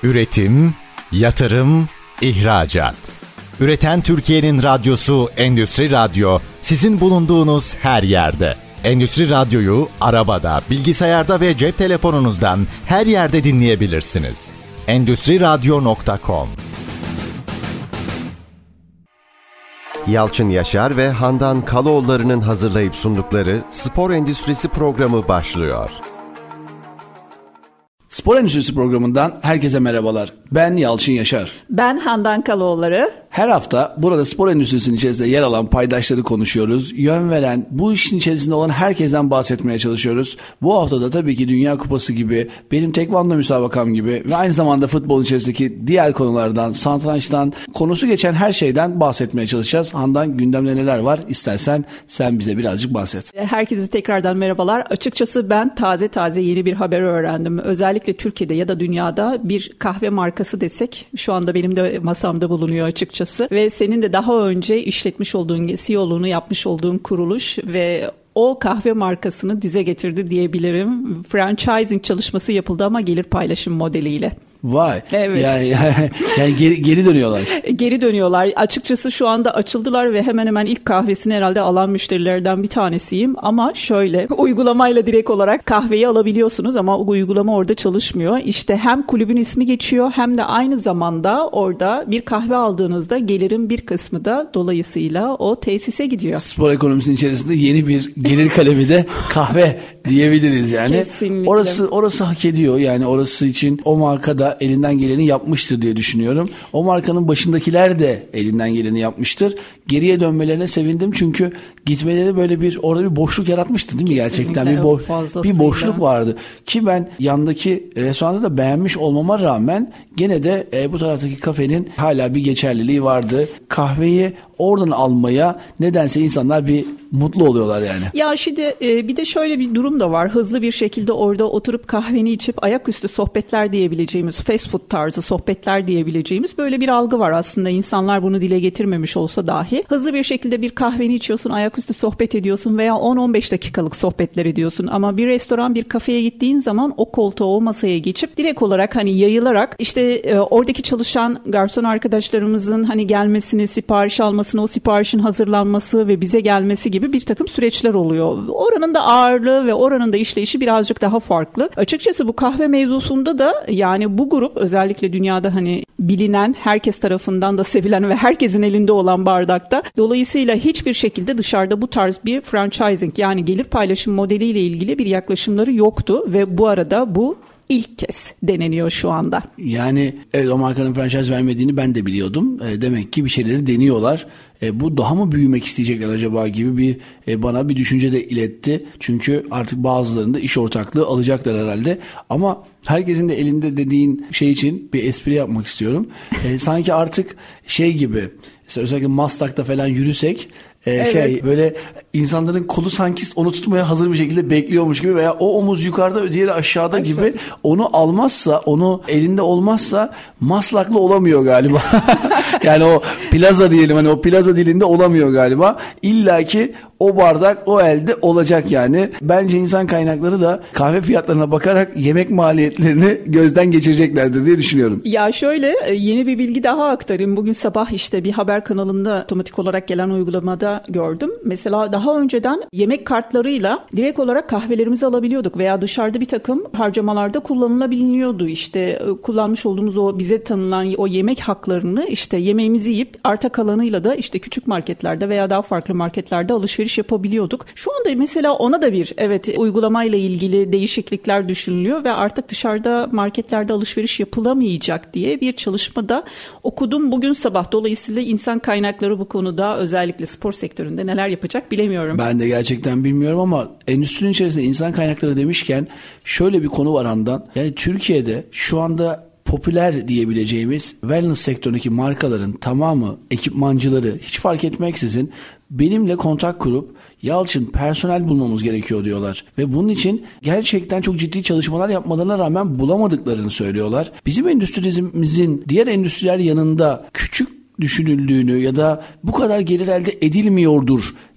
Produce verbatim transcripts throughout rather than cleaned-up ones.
Üretim, yatırım, ihracat. Üreten Türkiye'nin radyosu Endüstri Radyo, sizin bulunduğunuz her yerde. Endüstri Radyo'yu arabada, bilgisayarda ve cep telefonunuzdan her yerde dinleyebilirsiniz. endüstri radyo nokta com. Yalçın Yaşar ve Handan Kaloğulları'nın hazırlayıp sundukları Spor Endüstrisi programı başlıyor. Spor Endüstrisi programından herkese merhabalar. Ben Yalçın Yaşar. Ben Handan Kaloğulları. Her hafta burada spor endüstrisinin içerisinde yer alan paydaşları konuşuyoruz. Yön veren, bu işin içerisinde olan herkesten bahsetmeye çalışıyoruz. Bu hafta da tabii ki Dünya Kupası gibi, benim tekvando müsabakam gibi ve aynı zamanda futbol içerisindeki diğer konulardan, satrançtan, konusu geçen her şeyden bahsetmeye çalışacağız. Handan, gündemde neler var? İstersen sen bize birazcık bahset. Herkese tekrardan merhabalar. Açıkçası ben taze taze yeni bir haber öğrendim. Özellikle Türkiye'de ya da dünyada bir kahve markası desek şu anda benim de masamda bulunuyor açıkçası. Ve senin de daha önce işletmiş olduğun, C E O'luğunu yapmış olduğun kuruluş ve o kahve markasını dize getirdi diyebilirim. Franchising çalışması yapıldı ama gelir paylaşım modeliyle. Vay. Evet. Yani, yani, yani geri, geri dönüyorlar. Geri dönüyorlar. Açıkçası şu anda açıldılar ve hemen hemen ilk kahvesini herhalde alan müşterilerden bir tanesiyim. Ama şöyle, uygulamayla direkt olarak kahveyi alabiliyorsunuz ama o uygulama orada çalışmıyor. İşte hem kulübün ismi geçiyor hem de aynı zamanda orada bir kahve aldığınızda gelirin bir kısmı da dolayısıyla o tesise gidiyor. Spor ekonomisinin içerisinde yeni bir gelir kalemi de kahve diyebiliriz yani. Kesinlikle. Orası orası hak ediyor. Yani orası için o marka da elinden geleni yapmıştır diye düşünüyorum. O markanın başındakiler de elinden geleni yapmıştır. Geriye dönmelerine sevindim çünkü gitmeleri böyle bir orada bir boşluk yaratmıştı değil mi? Kesinlikle. Gerçekten bir boş bir boşluk vardı. Ki ben yandaki restoranda da beğenmiş olmama rağmen gene de e, bu taraftaki kafenin hala bir geçerliliği vardı. Kahveyi oradan almaya nedense insanlar bir mutlu oluyorlar yani. Ya şimdi e, bir de şöyle bir durum da var. Hızlı bir şekilde orada oturup kahveni içip ayaküstü sohbetler diyebileceğimiz, fast food tarzı sohbetler diyebileceğimiz böyle bir algı var aslında. İnsanlar bunu dile getirmemiş olsa dahi. Hızlı bir şekilde bir kahveni içiyorsun, ayaküstü sohbet ediyorsun veya on on beş dakikalık sohbetler ediyorsun. Ama bir restoran, bir kafeye gittiğin zaman o koltuğa, o masaya geçip direkt olarak hani yayılarak işte e, oradaki çalışan garson arkadaşlarımızın hani gelmesini, sipariş almasını, o siparişin hazırlanması ve bize gelmesi gibi bir takım süreçler oluyor. Oranın da ağırlığı ve oranın da işleyişi birazcık daha farklı. Açıkçası bu kahve mevzusunda da yani bu grup özellikle dünyada hani bilinen, herkes tarafından da sevilen ve herkesin elinde olan bardakta. Dolayısıyla hiçbir şekilde dışarıda bu tarz bir franchising yani gelir paylaşım modeliyle ilgili bir yaklaşımları yoktu ve bu arada bu İlk kez deneniyor şu anda. Yani evet, o markanın franchise vermediğini ben de biliyordum. E, demek ki bir şeyleri deniyorlar. E, bu daha mı büyümek isteyecekler acaba gibi bir e, bana bir düşünce de iletti. Çünkü artık bazılarında iş ortaklığı alacaklar herhalde. Ama herkesin de elinde dediğin şey için bir espri yapmak istiyorum. E, sanki artık şey gibi, özellikle Maslak'ta falan yürüsek Ee, evet. Şey böyle insanların kolu sanki onu tutmaya hazır bir şekilde bekliyormuş gibi veya o omuz yukarıda diğeri aşağıda Aşağı. gibi onu almazsa, onu elinde olmazsa Maslaklı olamıyor galiba. Yani o plaza diyelim, hani o plaza dilinde olamıyor galiba. İlla ki o bardak o elde olacak yani. Bence insan kaynakları da kahve fiyatlarına bakarak yemek maliyetlerini gözden geçireceklerdir diye düşünüyorum. Ya şöyle yeni bir bilgi daha aktarayım. Bugün sabah işte bir haber kanalında otomatik olarak gelen uygulamada gördüm. Mesela daha önceden yemek kartlarıyla direkt olarak kahvelerimizi alabiliyorduk veya dışarıda bir takım harcamalarda kullanılabiliyordu. İşte kullanmış olduğumuz o bize tanınan o yemek haklarını işte yemeğimizi yiyip arta kalanıyla da işte küçük marketlerde veya daha farklı marketlerde alışveriş yapabiliyorduk. Şu anda mesela ona da bir evet uygulamayla ilgili değişiklikler düşünülüyor ve artık dışarıda marketlerde alışveriş yapılamayacak diye bir çalışmada okudum bugün sabah. Dolayısıyla insan kaynakları bu konuda özellikle spor sektöründe neler yapacak bilemiyorum. Ben de gerçekten bilmiyorum ama endüstrinin içerisinde insan kaynakları demişken şöyle bir konu var Handan. Yani Türkiye'de şu anda popüler diyebileceğimiz wellness sektöründeki markaların tamamı, ekipmancıları hiç fark etmeksizin benimle kontak kurup Yalçın personel bulmamız gerekiyor diyorlar. Ve bunun için gerçekten çok ciddi çalışmalar yapmalarına rağmen bulamadıklarını söylüyorlar. Bizim endüstrimizin diğer endüstriler yanında küçük düşünüldüğünü ya da bu kadar gelir elde edilmiyordur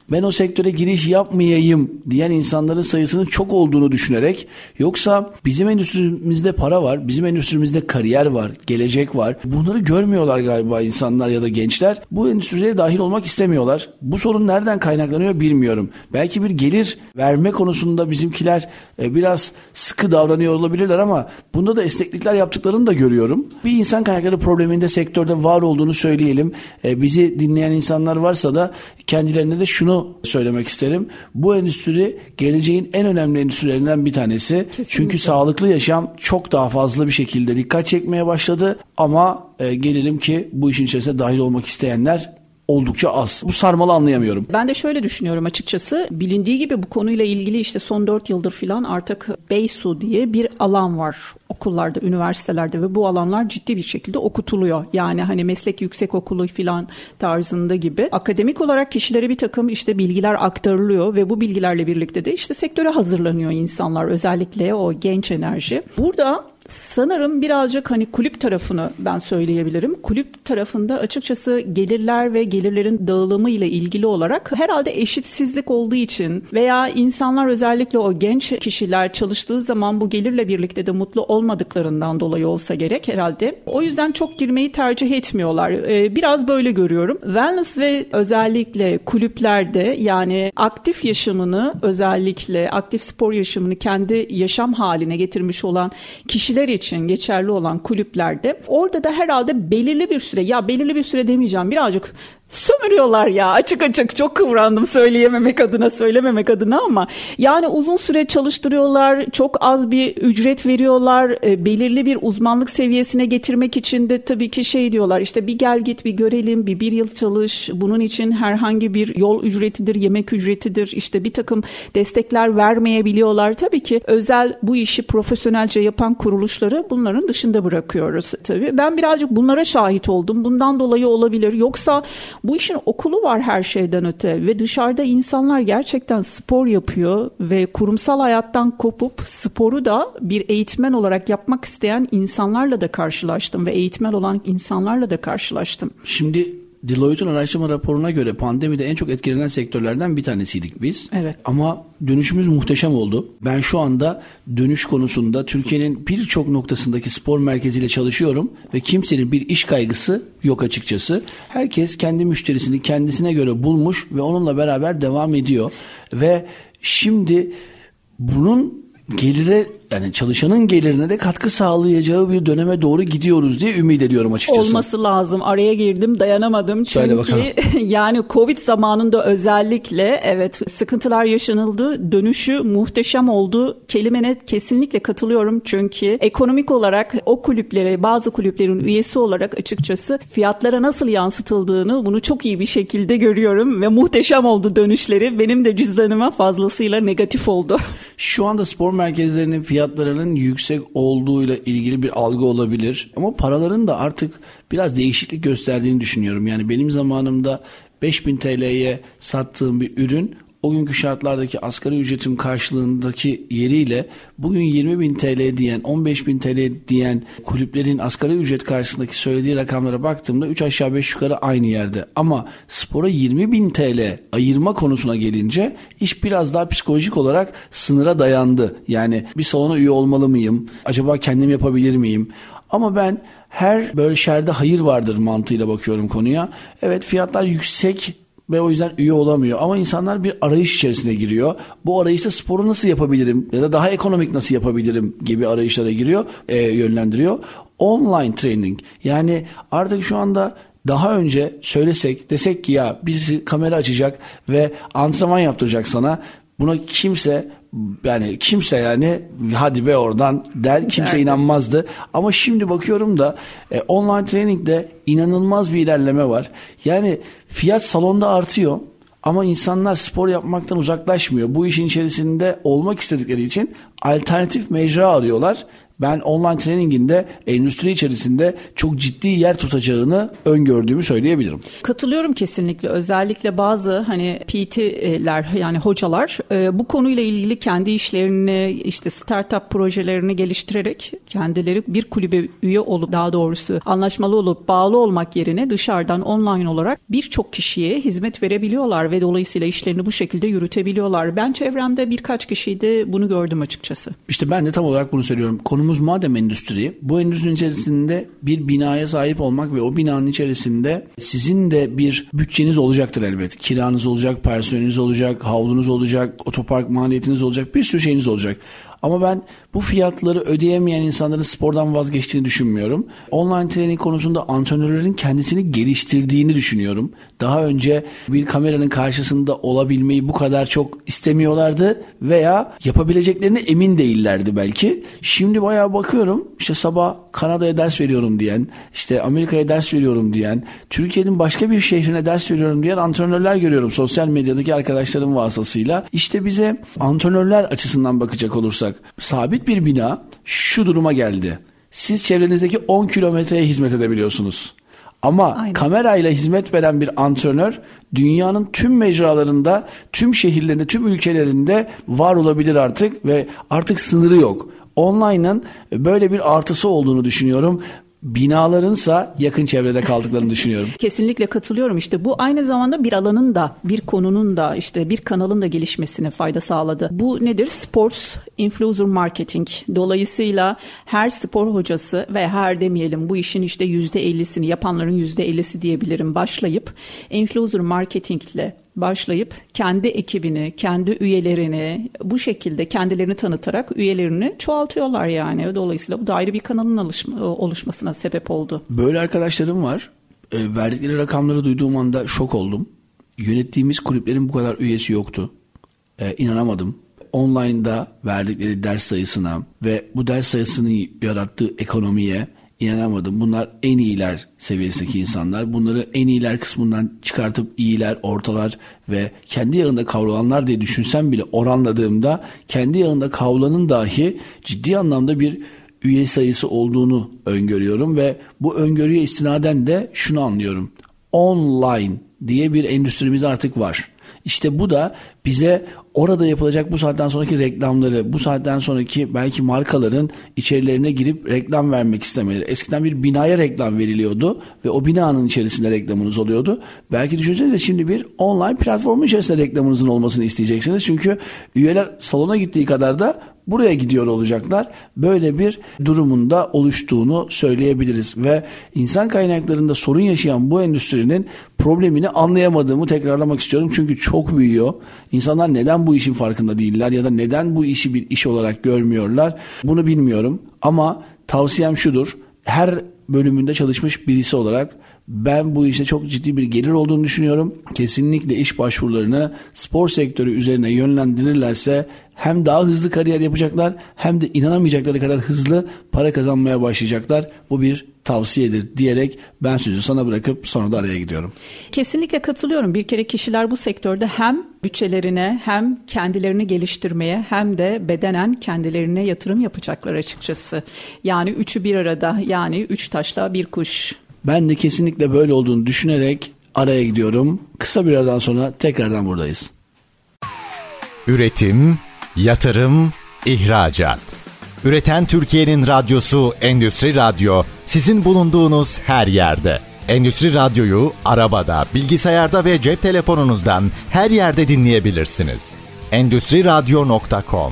ben o sektöre giriş yapmayayım diyen insanların sayısının çok olduğunu düşünerek, yoksa bizim endüstrimizde para var, bizim endüstrimizde kariyer var, gelecek var. Bunları görmüyorlar galiba insanlar ya da gençler. Bu endüstriye dahil olmak istemiyorlar. Bu sorun nereden kaynaklanıyor bilmiyorum. Belki bir gelir verme konusunda bizimkiler biraz sıkı davranıyor olabilirler ama bunda da esneklikler yaptıklarını da görüyorum. Bir insan kaynakları probleminde sektörde var olduğunu söyleyelim. Bizi dinleyen insanlar varsa da kendilerine de şunu söylemek isterim. Bu endüstri geleceğin en önemli endüstrilerinden bir tanesi. Kesinlikle. Çünkü sağlıklı yaşam çok daha fazla bir şekilde dikkat çekmeye başladı ama e, gelelim ki bu işin içerisine dahil olmak isteyenler oldukça az. Bu sarmalı anlayamıyorum. Ben de şöyle düşünüyorum açıkçası. Bilindiği gibi bu konuyla ilgili işte son dört yıldır filan artık BEYSU diye bir alan var okullarda, üniversitelerde ve bu alanlar ciddi bir şekilde okutuluyor. Yani hani meslek yüksekokulu filan tarzında gibi. Akademik olarak kişilere bir takım işte bilgiler aktarılıyor ve bu bilgilerle birlikte de işte sektöre hazırlanıyor insanlar. Özellikle o genç enerji. Burada sanırım birazcık hani kulüp tarafını ben söyleyebilirim. Kulüp tarafında açıkçası gelirler ve gelirlerin dağılımı ile ilgili olarak herhalde eşitsizlik olduğu için veya insanlar özellikle o genç kişiler çalıştığı zaman bu gelirle birlikte de mutlu olmadıklarından dolayı olsa gerek herhalde. O yüzden çok girmeyi tercih etmiyorlar. Ee, biraz böyle görüyorum. Wellness ve özellikle kulüplerde yani aktif yaşamını özellikle aktif spor yaşamını kendi yaşam haline getirmiş olan kişiler için geçerli olan kulüplerde orada da herhalde belirli bir süre ya belirli bir süre demeyeceğim birazcık sömürüyorlar ya açık açık çok kıvrandım söyleyememek adına söylememek adına ama yani uzun süre çalıştırıyorlar, çok az bir ücret veriyorlar, e, belirli bir uzmanlık seviyesine getirmek için de tabii ki şey diyorlar işte bir gel git bir görelim bir bir yıl çalış, bunun için herhangi bir yol ücretidir, yemek ücretidir, işte bir takım destekler vermeyebiliyorlar. Tabii ki özel bu işi profesyonelce yapan kuruluşları bunların dışında bırakıyoruz tabii. Ben birazcık bunlara şahit oldum, bundan dolayı olabilir, yoksa bu işin okulu var her şeyden öte ve dışarıda insanlar gerçekten spor yapıyor ve kurumsal hayattan kopup sporu da bir eğitmen olarak yapmak isteyen insanlarla da karşılaştım ve eğitmen olan insanlarla da karşılaştım. Şimdi Deloitte'un araştırma raporuna göre pandemide en çok etkilenen sektörlerden bir tanesiydik biz. Evet. Ama dönüşümüz muhteşem oldu. Ben şu anda dönüş konusunda Türkiye'nin birçok noktasındaki spor merkeziyle çalışıyorum ve kimsenin bir iş kaygısı yok açıkçası. Herkes kendi müşterisini kendisine göre bulmuş ve onunla beraber devam ediyor. Ve şimdi bunun gelire yani çalışanın gelirine de katkı sağlayacağı bir döneme doğru gidiyoruz diye ümit ediyorum açıkçası. Olması lazım. Araya girdim, dayanamadım. Çünkü yani Covid zamanında özellikle evet sıkıntılar yaşanıldı. Dönüşü muhteşem oldu. Kelimene kesinlikle katılıyorum. Çünkü ekonomik olarak o kulüplere, bazı kulüplerin üyesi olarak açıkçası fiyatlara nasıl yansıtıldığını bunu çok iyi bir şekilde görüyorum ve muhteşem oldu dönüşleri. Benim de cüzdanıma fazlasıyla negatif oldu. Şu anda spor merkezlerinin fiyatlarının yüksek olduğuyla ilgili bir algı olabilir. Ama paraların da artık biraz değişiklik gösterdiğini düşünüyorum. Yani benim zamanımda beş bin T L'ye sattığım bir ürün o günkü şartlardaki asgari ücretim karşılığındaki yeriyle bugün yirmi bin T L diyen, on beş bin T L diyen kulüplerin asgari ücret karşısındaki söylediği rakamlara baktığımda üç aşağı beş yukarı aynı yerde. Ama spora yirmi bin T L ayırma konusuna gelince iş biraz daha psikolojik olarak sınıra dayandı. Yani bir salona üye olmalı mıyım? Acaba kendim yapabilir miyim? Ama ben her böyle şerde hayır vardır mantığıyla bakıyorum konuya. Evet, fiyatlar yüksek ve o yüzden üye olamıyor. Ama insanlar bir arayış içerisine giriyor. Bu arayışta sporu nasıl yapabilirim ya da daha ekonomik nasıl yapabilirim gibi arayışlara giriyor, e, yönlendiriyor. Online training, yani artık şu anda daha önce söylesek, desek ki ya birisi kamera açacak ve antrenman yaptıracak sana. Buna kimse yani kimse yani hadi be oradan der, kimse inanmazdı. Ama şimdi bakıyorum da e, online training'de inanılmaz bir ilerleme var. Yani fiyat salonda artıyor ama insanlar spor yapmaktan uzaklaşmıyor. Bu işin içerisinde olmak istedikleri için alternatif mecra arıyorlar. Ben online traininginde endüstri içerisinde çok ciddi yer tutacağını öngördüğümü söyleyebilirim. Katılıyorum kesinlikle. Özellikle bazı hani P T'ler yani hocalar e, bu konuyla ilgili kendi işlerini işte startup projelerini geliştirerek kendileri bir kulübe üye olup daha doğrusu anlaşmalı olup bağlı olmak yerine dışarıdan online olarak birçok kişiye hizmet verebiliyorlar ve dolayısıyla işlerini bu şekilde yürütebiliyorlar. Ben çevremde birkaç kişide bunu gördüm açıkçası. İşte ben de tam olarak bunu söylüyorum. Konumuz madem endüstri, bu endüstrinin içerisinde bir binaya sahip olmak ve o binanın içerisinde sizin de bir bütçeniz olacaktır elbet. Kiranız olacak, personeliniz olacak, havlunuz olacak, otopark maliyetiniz olacak, bir sürü şeyiniz olacak. Ama ben bu fiyatları ödeyemeyen insanların spordan vazgeçtiğini düşünmüyorum. Online training konusunda antrenörlerin kendisini geliştirdiğini düşünüyorum. Daha önce bir kameranın karşısında olabilmeyi bu kadar çok istemiyorlardı veya yapabileceklerine emin değillerdi belki. Şimdi bayağı bakıyorum, işte sabah Kanada'ya ders veriyorum diyen, işte Amerika'ya ders veriyorum diyen, Türkiye'nin başka bir şehrine ders veriyorum diyen antrenörler görüyorum sosyal medyadaki arkadaşlarım vasıtasıyla. İşte bize antrenörler açısından bakacak olursak sabit bir bina şu duruma geldi. Siz çevrenizdeki on kilometreye hizmet edebiliyorsunuz. Ama aynen, kamerayla hizmet veren bir antrenör dünyanın tüm mecralarında, tüm şehirlerinde, tüm ülkelerinde var olabilir artık ve artık sınırı yok. Online'ın böyle bir artısı olduğunu düşünüyorum. Binalarınsa yakın çevrede kaldıklarını düşünüyorum. Kesinlikle katılıyorum. İşte bu aynı zamanda bir alanın da, bir konunun da, işte bir kanalın da gelişmesine fayda sağladı. Bu nedir? Sports influencer marketing. Dolayısıyla her spor hocası ve her demeyelim bu işin işte yüzde ellisini yapanların yüzde ellisi diyebilirim başlayıp influencer marketingle başlayıp kendi ekibini, kendi üyelerini bu şekilde kendilerini tanıtarak üyelerini çoğaltıyorlar yani. Dolayısıyla bu da ayrı bir kanalın oluşmasına sebep oldu. Böyle arkadaşlarım var. E, verdikleri rakamları duyduğum anda şok oldum. Yönettiğimiz kulüplerin bu kadar üyesi yoktu. E, inanamadım. Online'da verdikleri ders sayısına ve bu ders sayısının yarattığı ekonomiye İnanamadım. Bunlar en iyiler seviyesindeki insanlar. Bunları en iyiler kısmından çıkartıp iyiler, ortalar ve kendi yağında kavrulanlar diye düşünsem bile oranladığımda kendi yağında kavrulanın dahi ciddi anlamda bir üye sayısı olduğunu öngörüyorum ve bu öngörüye istinaden de şunu anlıyorum. Online diye bir endüstrimiz artık var. İşte bu da bize orada yapılacak bu saatten sonraki reklamları, bu saatten sonraki belki markaların içerilerine girip reklam vermek istemeleri. Eskiden bir binaya reklam veriliyordu ve o binanın içerisinde reklamınız oluyordu. Belki düşünsenize şimdi bir online platformun içerisinde reklamınızın olmasını isteyeceksiniz. Çünkü üyeler salona gittiği kadar da buraya gidiyor olacaklar. Böyle bir durumun da oluştuğunu söyleyebiliriz ve insan kaynaklarında sorun yaşayan bu endüstrinin problemini anlayamadığımı tekrarlamak istiyorum. Çünkü çok büyüyor. İnsanlar neden bu işin farkında değiller ya da neden bu işi bir iş olarak görmüyorlar? Bunu bilmiyorum ama tavsiyem şudur. Her bölümünde çalışmış birisi olarak ben bu işte çok ciddi bir gelir olduğunu düşünüyorum. Kesinlikle iş başvurularını spor sektörü üzerine yönlendirirlerse hem daha hızlı kariyer yapacaklar hem de inanamayacakları kadar hızlı para kazanmaya başlayacaklar. Bu bir tavsiyedir diyerek ben sözü sana bırakıp sonra da araya gidiyorum. Kesinlikle katılıyorum. Bir kere kişiler bu sektörde hem bütçelerine hem kendilerini geliştirmeye hem de bedenen kendilerine yatırım yapacaklar açıkçası. Yani üçü bir arada, yani üç taşla bir kuş. Ben de kesinlikle böyle olduğunu düşünerek araya gidiyorum. Kısa bir aradan sonra tekrardan buradayız. Üretim, yatırım, ihracat. Üreten Türkiye'nin radyosu Endüstri Radyo, sizin bulunduğunuz her yerde. Endüstri Radyo'yu arabada, bilgisayarda ve cep telefonunuzdan her yerde dinleyebilirsiniz. endüstri radyo nokta com.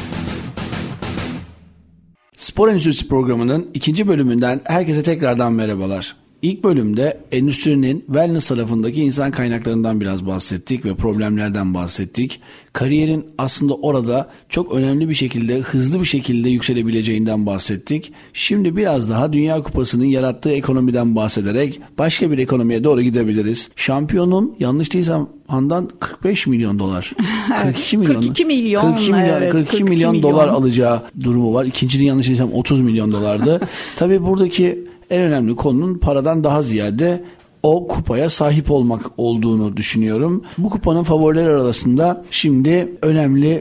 Spor Endüstrisi programının ikinci bölümünden herkese tekrardan merhabalar. İlk bölümde endüstrinin wellness tarafındaki insan kaynaklarından biraz bahsettik ve problemlerden bahsettik. Kariyerin aslında orada çok önemli bir şekilde, hızlı bir şekilde yükselebileceğinden bahsettik. Şimdi biraz daha Dünya Kupası'nın yarattığı ekonomiden bahsederek başka bir ekonomiye doğru gidebiliriz. Şampiyonun yanlış değilsem Handan kırk beş milyon dolar. kırk iki milyon. kırk iki milyon. kırk iki milyon, evet, kırk iki milyon, milyon dolar alacağı durumu var. İkincinin yanlış değilsem otuz milyon dolardı. Tabii buradaki en önemli konunun paradan daha ziyade o kupaya sahip olmak olduğunu düşünüyorum. Bu kupanın favorileri arasında şimdi önemli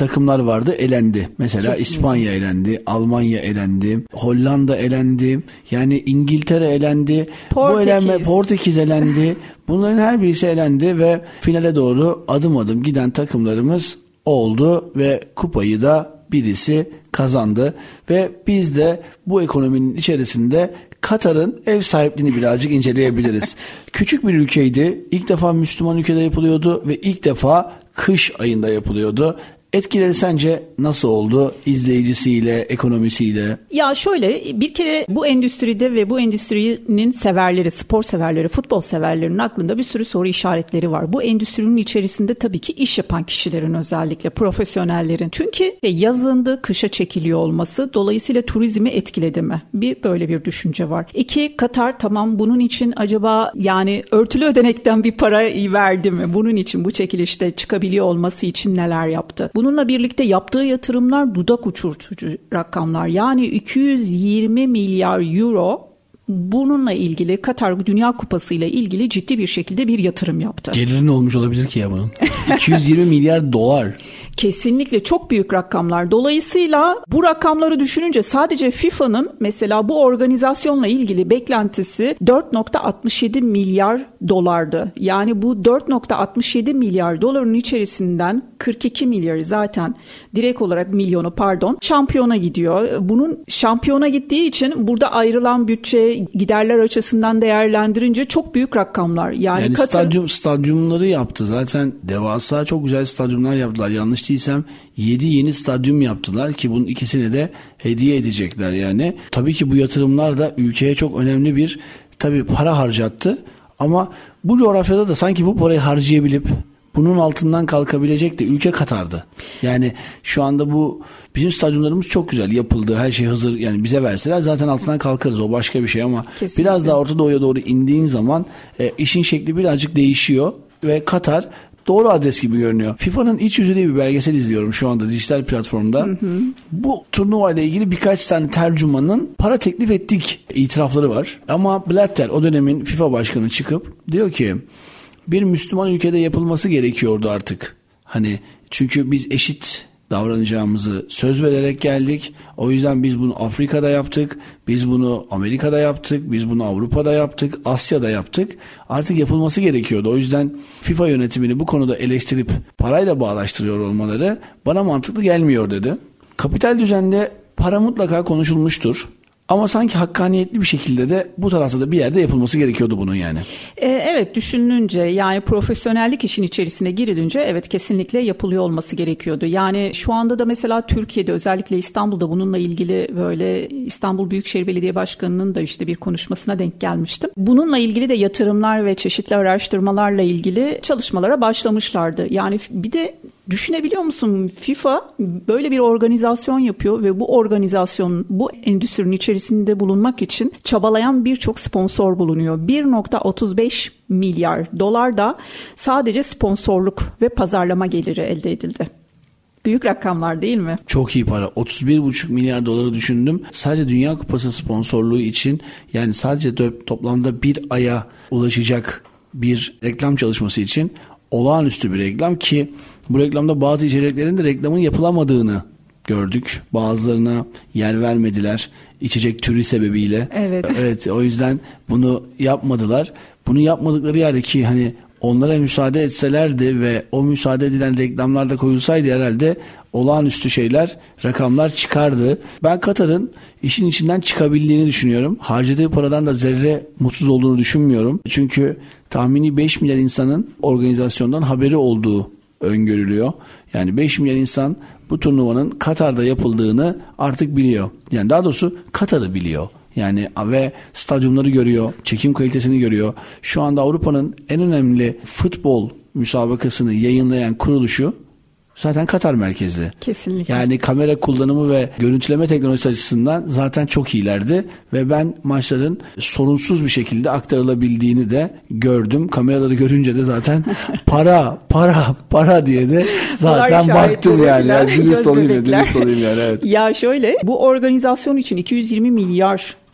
takımlar vardı, elendi. Mesela Kesinlikle. İspanya elendi, Almanya elendi, Hollanda elendi. Yani İngiltere elendi. Portekiz. Bu elenme Portekiz elendi. Bunların her birisi elendi ve finale doğru adım adım giden takımlarımız oldu ve kupayı da birisi kazandı ve biz de bu ekonominin içerisinde Katar'ın ev sahipliğini birazcık inceleyebiliriz. Küçük bir ülkeydi. İlk defa Müslüman ülkede yapılıyordu ve ilk defa kış ayında yapılıyordu. Etkileri sence nasıl oldu izleyicisiyle, ekonomisiyle? Ya şöyle, bir kere bu endüstride ve bu endüstrinin severleri, spor severleri, futbol severlerinin aklında bir sürü soru işaretleri var. Bu endüstrinin içerisinde tabii ki iş yapan kişilerin, özellikle profesyonellerin. Çünkü yazındı, kışa çekiliyor olması dolayısıyla turizmi etkiledi mi? Bir böyle bir düşünce var. İki, Katar tamam bunun için acaba yani örtülü ödenekten bir para verdi mi? Bunun için bu çekilişte çıkabiliyor olması için neler yaptı? Bununla birlikte yaptığı yatırımlar dudak uçurtucu rakamlar. Yani iki yüz yirmi milyar euro bununla ilgili, Katar Dünya Kupası ile ilgili ciddi bir şekilde bir yatırım yaptı. Geliri ne olmuş olabilir ki ya bunun? iki yüz yirmi milyar dolar. Kesinlikle çok büyük rakamlar. Dolayısıyla bu rakamları düşününce sadece FIFA'nın mesela bu organizasyonla ilgili beklentisi dört virgül altmış yedi milyar dolardı. Yani bu dört virgül altmış yedi milyar doların içerisinden kırk iki milyarı zaten direkt olarak milyonu pardon şampiyona gidiyor. Bunun şampiyona gittiği için burada ayrılan bütçe giderler açısından değerlendirince çok büyük rakamlar. Yani, yani Katar... stadyum stadyumları yaptı. Zaten devasa çok güzel stadyumlar yaptılar. Yanlış değilsem yedi yeni stadyum yaptılar ki bunun ikisini de hediye edecekler yani. Tabii ki bu yatırımlar da ülkeye çok önemli bir tabii para harcattı ama bu coğrafyada da sanki bu parayı harcayabilip bunun altından kalkabilecek de ülke Katar'dı. Yani şu anda bu bizim stadyumlarımız çok güzel yapıldı. Her şey hazır. Yani bize verseler zaten altından kalkarız. O başka bir şey ama kesinlikle. Biraz daha Orta Doğu'ya doğru indiğin zaman e, işin şekli birazcık değişiyor ve Katar doğru adres gibi görünüyor. FIFA'nın iç yüzü diye bir belgesel izliyorum şu anda dijital platformda. Hı hı. Bu turnuva ile ilgili birkaç tane tercümanın para teklif ettik itirafları var. Ama Blatter o dönemin FIFA başkanı çıkıp diyor ki bir Müslüman ülkede yapılması gerekiyordu artık. Hani çünkü biz eşit davranacağımızı söz vererek geldik. O yüzden biz bunu Afrika'da yaptık. Biz bunu Amerika'da yaptık. Biz bunu Avrupa'da yaptık. Asya'da yaptık. Artık yapılması gerekiyordu. O yüzden FIFA yönetimini bu konuda eleştirip parayla bağlaştırıyor olmaları bana mantıklı gelmiyor dedi. Kapital düzende para mutlaka konuşulmuştur. Ama sanki hakkaniyetli bir şekilde de bu tarafta da bir yerde yapılması gerekiyordu bunun yani. Ee, evet düşünülünce yani profesyonellik işin içerisine girilince evet kesinlikle yapılıyor olması gerekiyordu. Yani şu anda da mesela Türkiye'de özellikle İstanbul'da bununla ilgili böyle İstanbul Büyükşehir Belediye Başkanı'nın da işte bir konuşmasına denk gelmiştim. Bununla ilgili de yatırımlar ve çeşitli araştırmalarla ilgili çalışmalara başlamışlardı. Yani bir de düşünebiliyor musun FIFA böyle bir organizasyon yapıyor ve bu organizasyon bu endüstrinin içerisinde bulunmak için çabalayan birçok sponsor bulunuyor. bir virgül otuz beş milyar dolar da sadece sponsorluk ve pazarlama geliri elde edildi. Büyük rakamlar değil mi? Çok iyi para. otuz bir buçuk milyar doları düşündüm. Sadece Dünya Kupası sponsorluğu için yani sadece toplamda bir aya ulaşacak bir reklam çalışması için olağanüstü bir reklam ki bu reklamda bazı içeriklerin de reklamın yapılamadığını gördük. Bazılarına yer vermediler içecek türü sebebiyle. Evet. Evet o yüzden bunu yapmadılar. Bunu yapmadıkları yerdeki hani onlara müsaade etselerdi ve o müsaade edilen reklamlarda koyulsaydı herhalde olağanüstü şeyler, rakamlar çıkardı. Ben Katar'ın işin içinden çıkabildiğini düşünüyorum. Harcadığı paradan da zerre mutsuz olduğunu düşünmüyorum. Çünkü tahmini beş milyar insanın organizasyondan haberi olduğu öngörülüyor. Yani beş milyar insan bu turnuvanın Katar'da yapıldığını artık biliyor. Yani daha doğrusu Katar'ı biliyor. Yani ve stadyumları görüyor, çekim kalitesini görüyor. Şu anda Avrupa'nın en önemli futbol müsabakasını yayınlayan kuruluşu zaten Katar merkezli. Kesinlikle. Yani kamera kullanımı ve görüntüleme teknolojisi açısından zaten çok iyilerdi ve ben maçların sorunsuz bir şekilde aktarılabildiğini de gördüm. Kameraları görünce de zaten para, para, para diye de zaten baktım yani. yani dürüst olayım ya, dürüst olayım yani. Evet. Ya şöyle bu organizasyon için iki yüz yirmi milyar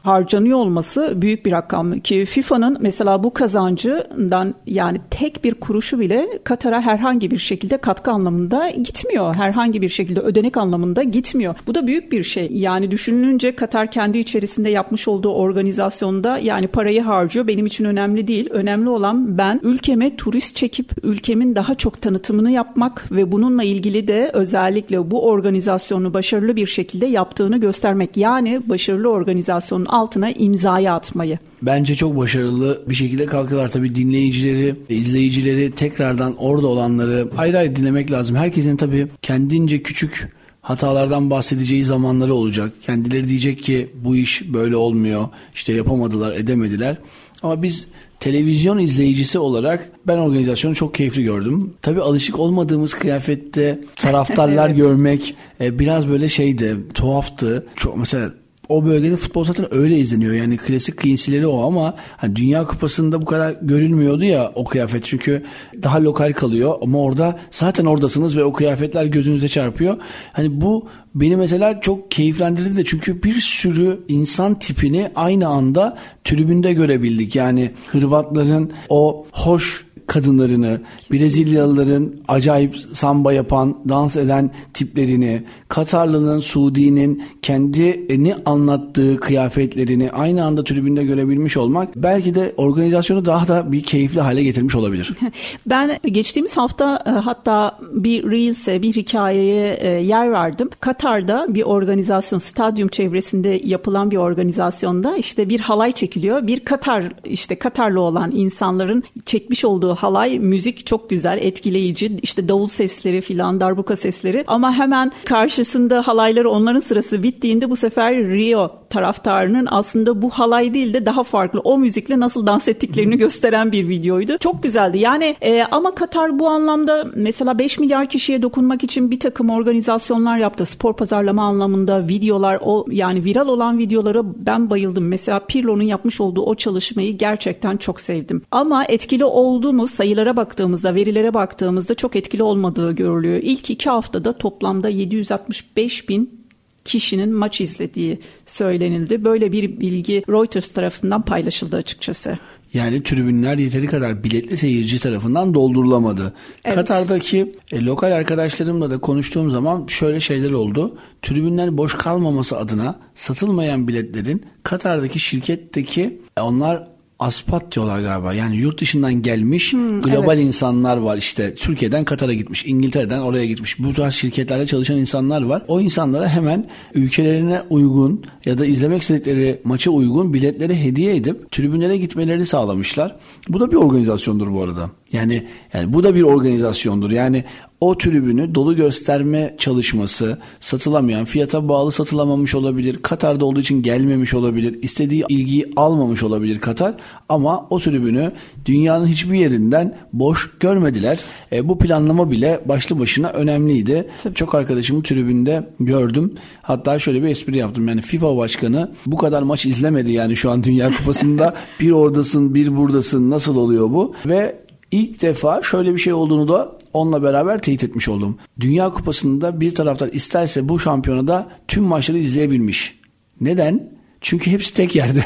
harcanıyor olması büyük bir rakam ki FIFA'nın mesela bu kazancından yani tek bir kuruşu bile Katar'a herhangi bir şekilde katkı anlamında gitmiyor. Herhangi bir şekilde ödenek anlamında gitmiyor. Bu da büyük bir şey. Yani düşünülünce Katar kendi içerisinde yapmış olduğu organizasyonda yani parayı harcıyor. Benim için önemli değil. Önemli olan ben ülkeme turist çekip ülkemin daha çok tanıtımını yapmak ve bununla ilgili de özellikle bu organizasyonu başarılı bir şekilde yaptığını göstermek. Yani başarılı organizasyonun altına imzayı atmayı. Bence çok başarılı bir şekilde kalkıyorlar. Tabii dinleyicileri, izleyicileri, tekrardan orada olanları ayrı ayrı dinlemek lazım. Herkesin tabii kendince küçük hatalardan bahsedeceği zamanları olacak. Kendileri diyecek ki bu iş böyle olmuyor. İşte yapamadılar, edemediler. Ama biz televizyon izleyicisi olarak ben organizasyonu çok keyifli gördüm. Tabii alışık olmadığımız kıyafette taraftarlar evet. görmek e, biraz böyle şeydi, tuhaftı. Çok mesela o bölgede futbol zaten öyle izleniyor. Yani klasik kıysileri o ama hani Dünya Kupası'nda bu kadar görülmüyordu ya o kıyafet. Çünkü daha lokal kalıyor ama orada zaten oradasınız ve o kıyafetler gözünüze çarpıyor. Hani bu beni mesela çok keyiflendirdi de çünkü bir sürü insan tipini aynı anda tribünde görebildik. Yani Hırvatların o hoş kadınlarını, Brezilyalıların acayip samba yapan, dans eden tiplerini, Katarlı'nın, Suudi'nin kendini anlattığı kıyafetlerini aynı anda tribünde görebilmiş olmak belki de organizasyonu daha da bir keyifli hale getirmiş olabilir. Ben geçtiğimiz hafta hatta bir Reels'e, bir hikayeye yer verdim. Katar'da bir organizasyon, stadyum çevresinde yapılan bir organizasyonda işte bir halay çekiliyor. Bir Katar, işte Katarlı olan insanların çekmiş olduğu halay, müzik çok güzel, etkileyici. İşte davul sesleri filan, darbuka sesleri ama hemen karşısında halayları onların sırası bittiğinde bu sefer Rio taraftarının aslında bu halay değil de daha farklı o müzikle nasıl dans ettiklerini gösteren bir videoydu. Çok güzeldi. Yani e, ama Katar bu anlamda mesela beş milyar kişiye dokunmak için bir takım organizasyonlar yaptı. Spor pazarlama anlamında videolar, o yani viral olan videolara ben bayıldım. Mesela Pirlo'nun yapmış olduğu o çalışmayı gerçekten çok sevdim. Ama etkili oldu mu? Sayılara baktığımızda, verilere baktığımızda çok etkili olmadığı görülüyor. İlk iki haftada toplamda yedi yüz altmış beş bin kişinin maç izlediği söylenildi. Böyle bir bilgi Reuters tarafından paylaşıldı açıkçası. Yani tribünler yeteri kadar biletli seyirci tarafından doldurulamadı. Evet. Katar'daki e, lokal arkadaşlarımla da konuştuğum zaman şöyle şeyler oldu. Tribünler boş kalmaması adına satılmayan biletlerin Katar'daki şirketteki e, onlar aspat diyorlar galiba. Yani yurt dışından gelmiş hmm, global evet. insanlar var işte. Türkiye'den Katar'a gitmiş, İngiltere'den oraya gitmiş. Bu tarz şirketlerde çalışan insanlar var. O insanlara hemen ülkelerine uygun ya da izlemek istedikleri maça uygun biletleri hediye edip tribünlere gitmelerini sağlamışlar. Bu da bir organizasyondur bu arada. Yani yani bu da bir organizasyondur. Yani o tribünü dolu gösterme çalışması, satılamayan, fiyata bağlı satılamamış olabilir. Katar'da olduğu için gelmemiş olabilir. İstediği ilgiyi almamış olabilir Katar. Ama o tribünü dünyanın hiçbir yerinden boş görmediler. E, bu planlama bile başlı başına önemliydi. Tabii. Çok arkadaşımı tribünde gördüm. Hatta şöyle bir espri yaptım. Yani FIFA başkanı bu kadar maç izlemedi yani şu an Dünya Kupası'nda. Bir oradasın, bir buradasın. Nasıl oluyor bu? Ve ilk defa şöyle bir şey olduğunu da onunla beraber teyit etmiş oldum. Dünya Kupası'nda bir taraftar isterse bu şampiyonada tüm maçları izleyebilmiş. Neden? Çünkü hepsi tek yerde.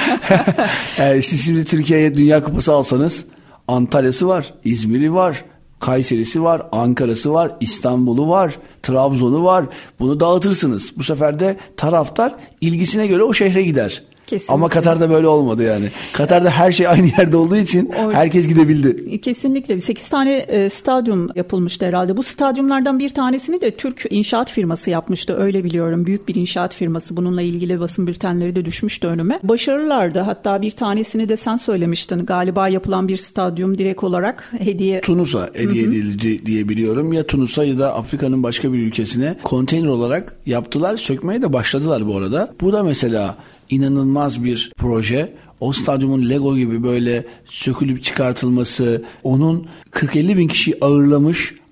Yani siz şimdi Türkiye'ye Dünya Kupası alsanız Antalya'sı var, İzmir'i var, Kayseri'si var, Ankara'sı var, İstanbul'u var, Trabzon'u var. Bunu dağıtırsınız. Bu sefer de taraftar ilgisine göre o şehre gider. Kesinlikle. Ama Katar'da böyle olmadı yani. Katar'da her şey aynı yerde olduğu için herkes gidebildi. Kesinlikle. sekiz tane e, stadyum yapılmıştı herhalde. Bu stadyumlardan bir tanesini de Türk inşaat firması yapmıştı. Öyle biliyorum. Büyük bir inşaat firması. Bununla ilgili basın bültenleri de düşmüştü önüme. Başarılılardı. Hatta bir tanesini de sen söylemiştin. Galiba yapılan bir stadyum direkt olarak hediye. Tunus'a hediye edildi diye biliyorum. Ya Tunus'a ya da Afrika'nın başka bir ülkesine konteyner olarak yaptılar. Sökmeye de başladılar bu arada. Bu da mesela İnanılmaz bir proje. O stadyumun Lego gibi böyle sökülüp çıkartılması, onun kırk elli bin kişiyi ağırlamış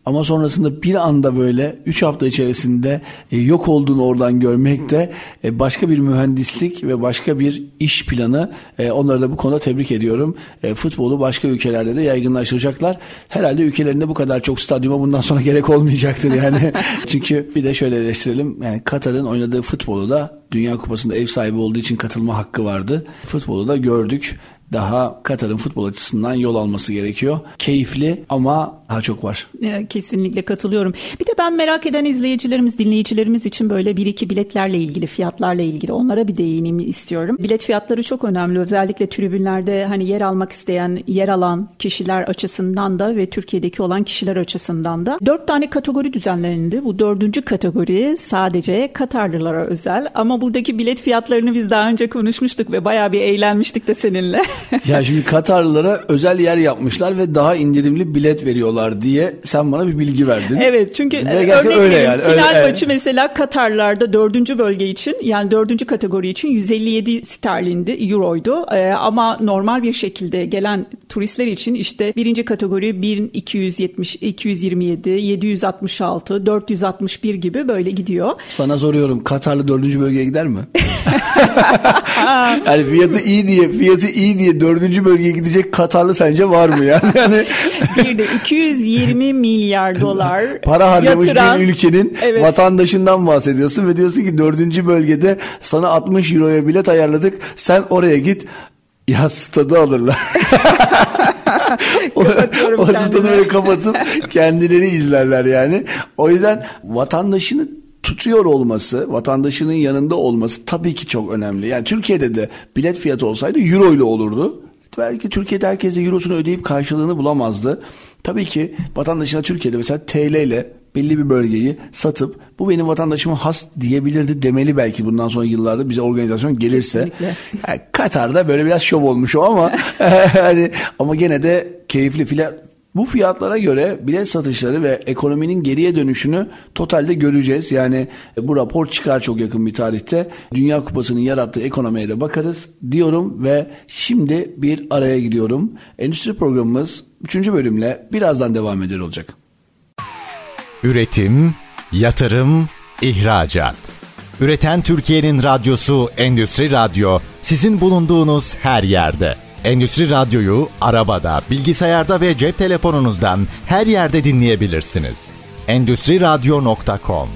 ama sonrasında bir anda böyle üç hafta içerisinde e, yok olduğunu oradan görmek de e, başka bir mühendislik ve başka bir iş planı. E, onları da bu konuda tebrik ediyorum. E, futbolu başka ülkelerde de yaygınlaştıracaklar. Herhalde ülkelerinde bu kadar çok stadyuma bundan sonra gerek olmayacaktır yani. Çünkü bir de şöyle eleştirelim. Yani Katar'ın oynadığı futbolu da Dünya Kupası'nda ev sahibi olduğu için katılma hakkı vardı. Futbolu da gördük. Daha Katar'ın futbol açısından yol alması gerekiyor. Keyifli ama daha çok var. Kesinlikle katılıyorum. Bir de ben merak eden izleyicilerimiz, dinleyicilerimiz için böyle bir iki biletlerle ilgili, fiyatlarla ilgili onlara bir değineyim istiyorum. Bilet fiyatları çok önemli. Özellikle tribünlerde hani yer almak isteyen, yer alan kişiler açısından da ve Türkiye'deki olan kişiler açısından da. Dört tane kategori düzenlendi. Bu dördüncü kategori sadece Katarlılara özel. Ama buradaki bilet fiyatlarını biz daha önce konuşmuştuk ve bayağı bir eğlenmiştik de seninle. Ya şimdi Katarlılara özel yer yapmışlar ve daha indirimli bilet veriyorlar diye sen bana bir bilgi verdin. Evet, çünkü örnek öyle yani. Final öyle, maçı evet. Mesela Katarlarda dördüncü bölge için, yani dördüncü kategori için yüz elli yedi sterlindi, euroydu. Ee, ama normal bir şekilde gelen turistler için işte birinci kategori bin iki yüz yetmiş, iki yüz yirmi yedi, yedi yüz altmış altı, dört yüz altmış bir gibi böyle gidiyor. Sana soruyorum, Katarlı dördüncü bölgeye gider mi? Yani fiyatı iyi diye, fiyatı iyi diye dördüncü bölgeye gidecek Katarlı sence var mı yani? Yani bir de iki yüz yirmi milyar dolar para harcamış yatıran, bir ülkenin evet. vatandaşından bahsediyorsun ve diyorsun ki dördüncü bölgede sana altmış euroya bilet ayarladık. Sen oraya git. Ya stadı alırlar. o, o stadı böyle kapatıp kendileri izlerler yani. O yüzden vatandaşını tutuyor olması, vatandaşının yanında olması tabii ki çok önemli. Yani Türkiye'de de bilet fiyatı olsaydı euro ile olurdu. Belki Türkiye'de herkes de eurosunu ödeyip karşılığını bulamazdı. Tabii ki vatandaşına Türkiye'de mesela T L ile belli bir bölgeyi satıp bu benim vatandaşıma has diyebilirdi, demeli belki bundan sonra yıllarda bize organizasyon gelirse. Yani Katar'da böyle biraz şov olmuş o ama yani, ama gene de keyifli fiyat. Bu fiyatlara göre bilet satışları ve ekonominin geriye dönüşünü totalde göreceğiz. Yani bu rapor çıkar çok yakın bir tarihte. Dünya Kupası'nın yarattığı ekonomiye de bakarız diyorum ve şimdi bir araya gidiyorum. Endüstri programımız üçüncü bölümle birazdan devam eder olacak. Üretim, yatırım, ihracat. Üreten Türkiye'nin radyosu Endüstri Radyo, sizin bulunduğunuz her yerde. Endüstri Radyo'yu arabada, bilgisayarda ve cep telefonunuzdan her yerde dinleyebilirsiniz. endüstri radyo nokta com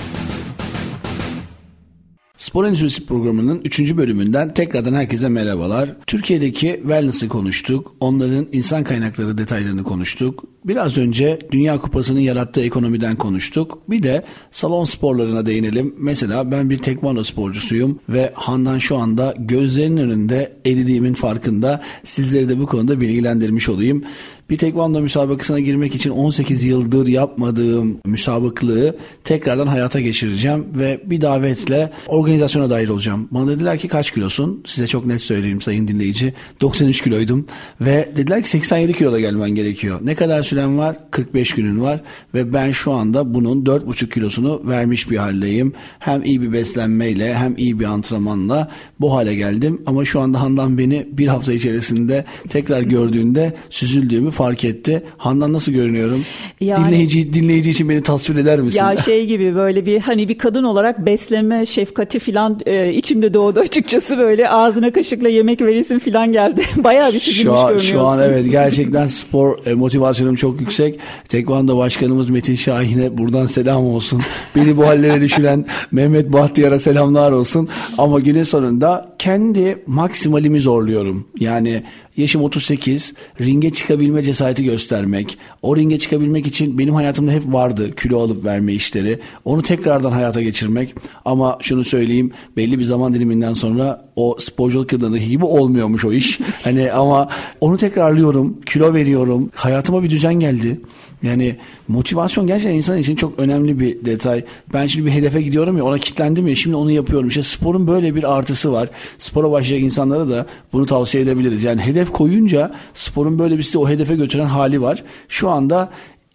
Spor Endüstrisi programının üçüncü bölümünden tekrardan herkese merhabalar. Türkiye'deki wellness'ı konuştuk. Onların insan kaynakları detaylarını konuştuk. Biraz önce Dünya Kupası'nın yarattığı ekonomiden konuştuk. Bir de salon sporlarına değinelim. Mesela ben bir tekvando sporcusuyum ve Handan şu anda gözlerinin önünde eridiğimin farkında. Sizleri de bu konuda bilgilendirmiş olayım. Bir tekvando müsabakasına girmek için on sekiz yıldır yapmadığım müsabaklığı tekrardan hayata geçireceğim ve bir davetle organizasyona dahil olacağım. Bana dediler ki kaç kilosun? Size çok net söyleyeyim sayın dinleyici. doksan üç kiloydum ve dediler ki seksen yedi kiloda gelmen gerekiyor. Ne kadar süren var? kırk beş günün var ve ben şu anda bunun dört buçuk kilosunu vermiş bir haldeyim. Hem iyi bir beslenmeyle hem iyi bir antrenmanla bu hale geldim. Ama şu anda Handan beni bir hafta içerisinde tekrar gördüğünde süzüldüğümü fark etti. Handan nasıl görünüyorum? Yani, dinleyici dinleyici için beni tasvir eder misin? Ya şey gibi böyle bir hani bir kadın olarak besleme şefkati falan e, içimde doğdu açıkçası, böyle ağzına kaşıkla yemek veresin falan geldi. Bayağı bir süzülmüş görünüyorsun. Şu an evet gerçekten spor e, motivasyonum çok yüksek. Tekvando Başkanımız Metin Şahin'e buradan selam olsun. Beni bu hallere düşüren Mehmet Bahtiyar'a selamlar olsun. Ama günün sonunda kendi maksimalimi zorluyorum. Yani yaşım otuz sekiz, ringe çıkabilme cesareti göstermek. O ringe çıkabilmek için benim hayatımda hep vardı kilo alıp verme işleri. Onu tekrardan hayata geçirmek. Ama şunu söyleyeyim, belli bir zaman diliminden sonra o sporculuk yılındaki gibi olmuyormuş o iş. Hani ama onu tekrarlıyorum, kilo veriyorum. Hayatıma bir düzen geldi. Yani motivasyon gerçekten insan için çok önemli bir detay. Ben şimdi bir hedefe gidiyorum ya, ona kilitlendim ya, şimdi onu yapıyorum. İşte sporun böyle bir artısı var. Spora başlayacak insanlara da bunu tavsiye edebiliriz. Yani hedef koyunca sporun böyle bir sizi o hedefe götüren hali var. Şu anda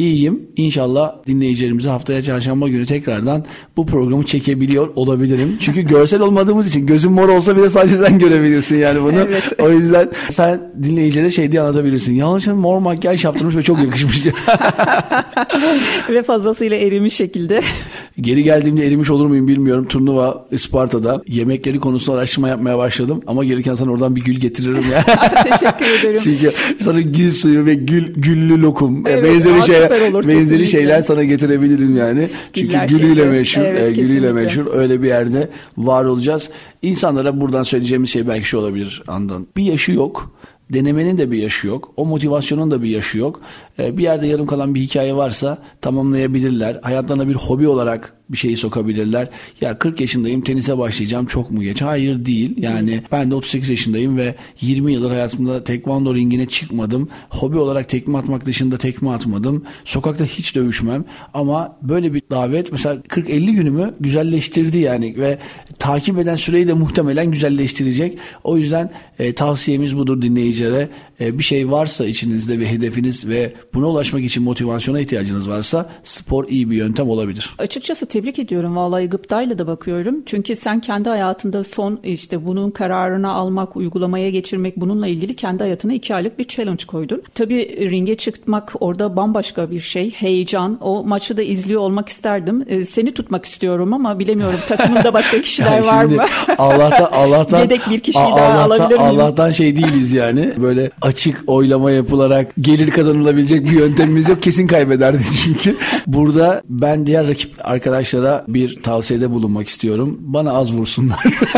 iyiyim. İnşallah dinleyicilerimize haftaya çarşamba günü tekrardan bu programı çekebiliyor olabilirim. Çünkü görsel olmadığımız için gözüm mor olsa bile sadece sen görebilirsin yani bunu. Evet. O yüzden sen dinleyicilere şey diye anlatabilirsin. Yalçın mor makyaj yaptırmış ve çok yakışmış. Ve fazlasıyla erimiş şekilde. Geri geldiğimde erimiş olur muyum bilmiyorum. Turnuva Isparta'da yemekleri konusunda araştırma yapmaya başladım. Ama gelirken sana oradan bir gül getiririm ya. Teşekkür ederim. Çünkü sana gül suyu ve gül güllü lokum evet, benzeri şeyler olur, benzeri kesinlikle. şeyler sana getirebilirim yani. Çünkü Güller gülüyle şeyleri. meşhur, Evet, e, gülüyle kesinlikle. meşhur öyle bir yerde var olacağız. İnsanlara buradan söyleyeceğimiz şey belki şu olabilir Handan. Bir yaşı yok. Denemenin de bir yaşı yok. O motivasyonun da bir yaşı yok. Ee, bir yerde yarım kalan bir hikaye varsa tamamlayabilirler. Hayatlarına bir hobi olarak bir şeyi sokabilirler. Ya kırk yaşındayım, tenise başlayacağım, çok mu geç? Hayır değil. Yani ben de otuz sekiz yaşındayım ve yirmi yıldır hayatımda tekvando ringine çıkmadım. Hobi olarak tekme atmak dışında tekme atmadım. Sokakta hiç dövüşmem. Ama böyle bir davet mesela kırk elli günümü güzelleştirdi yani ve takip eden süreyi de muhtemelen güzelleştirecek. O yüzden e, tavsiyemiz budur dinleyicilere. E, bir şey varsa içinizde ve hedefiniz ve buna ulaşmak için motivasyona ihtiyacınız varsa spor iyi bir yöntem olabilir. Açıkçası tebrik ediyorum. Vallahi gıptayla da bakıyorum. Çünkü sen kendi hayatında son işte bunun kararını almak, uygulamaya geçirmek, bununla ilgili kendi hayatına iki aylık bir challenge koydun. Tabii ringe çıkmak orada bambaşka bir şey. Heyecan. O maçı da izliyor olmak isterdim. Ee, seni tutmak istiyorum ama bilemiyorum. Takımında başka kişiler yani var mı? Allah'tan Allah'tan yedek bir kişiyi Allah'tan, daha alabilir miyim? Allah'tan şey değiliz yani. Böyle açık oylama yapılarak gelir kazanılabilecek bir yöntemimiz yok. Kesin kaybederdi çünkü. Burada ben diğer rakip arkadaşlara bir tavsiyede bulunmak istiyorum. Bana az vursunlar.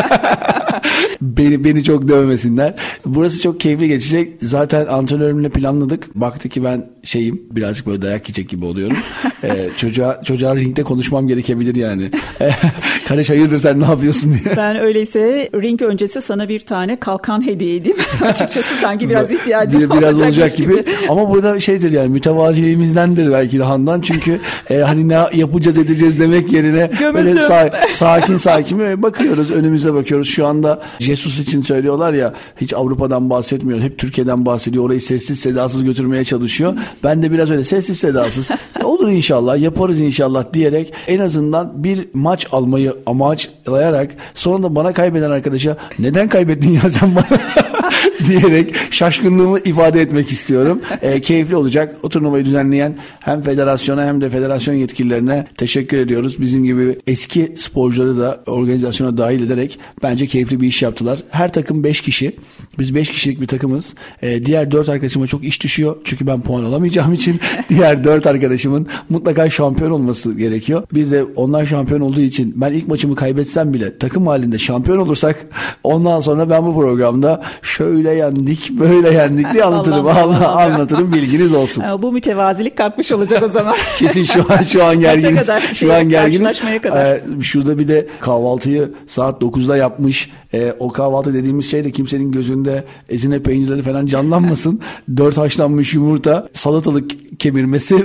beni beni çok dövmesinler. Burası çok keyifli geçecek. Zaten antrenörümle planladık. Baktı ki ben şeyim birazcık böyle dayak yiyecek gibi oluyorum. ee, çocuğa çocuğa ringde konuşmam gerekebilir yani. Kardeş hayırdır sen ne yapıyorsun diye. Ben öyleyse ring öncesi sana bir tane kalkan hediye edeyim. Açıkçası sanki biraz ihtiyacım biraz olacak, olacak gibi. gibi. Ama burada şeydir yani mütevaziliğimizdendir belki de Handan. Çünkü e, hani ne yapacağız edeceğiz demek yerine Gömüldüm. böyle sa- sakin sakin bakıyoruz, önümüze bakıyoruz. Şu anda Jesus için söylüyorlar ya, hiç Avrupa'dan bahsetmiyor. Hep Türkiye'den bahsediyor. Orayı sessiz sedasız götürmeye çalışıyor. Ben de biraz öyle sessiz sedasız. Olur inşallah, yaparız inşallah diyerek en azından bir maç almayı amaçlayarak sonunda bana kaybeden arkadaşa neden kaybettin ya sen bana diyerek şaşkınlığımı ifade etmek istiyorum. E, keyifli olacak. O turnuvayı düzenleyen hem federasyona hem de federasyon yetkililerine teşekkür ediyoruz. Bizim gibi eski sporcuları da organizasyona dahil ederek bence keyifli bir iş yaptılar. Her takım beş kişi. Biz beş kişilik bir takımız. E, diğer dört arkadaşıma çok iş düşüyor. Çünkü ben puan alamayacağım için diğer dört arkadaşımın mutlaka şampiyon olması gerekiyor. Bir de onlar şampiyon olduğu için ben ilk maçımı kaybetsem bile takım halinde şampiyon olursak ondan sonra ben bu programda şöyle yendik, böyle yendik diye anlatırım. Allah, Allah, Allah anlatırım, bilginiz olsun. Ha, bu mütevazilik kalkmış olacak o zaman. Kesin şu an şu an gerginiz. Şu şey, an gerginiz. Kadar. Ee, şurada bir de kahvaltıyı saat dokuzda yapmış. Ee, o kahvaltı dediğimiz şey de kimsenin gözünde ezine peynirleri falan canlanmasın. Dört haşlanmış yumurta, salatalık kemirmesi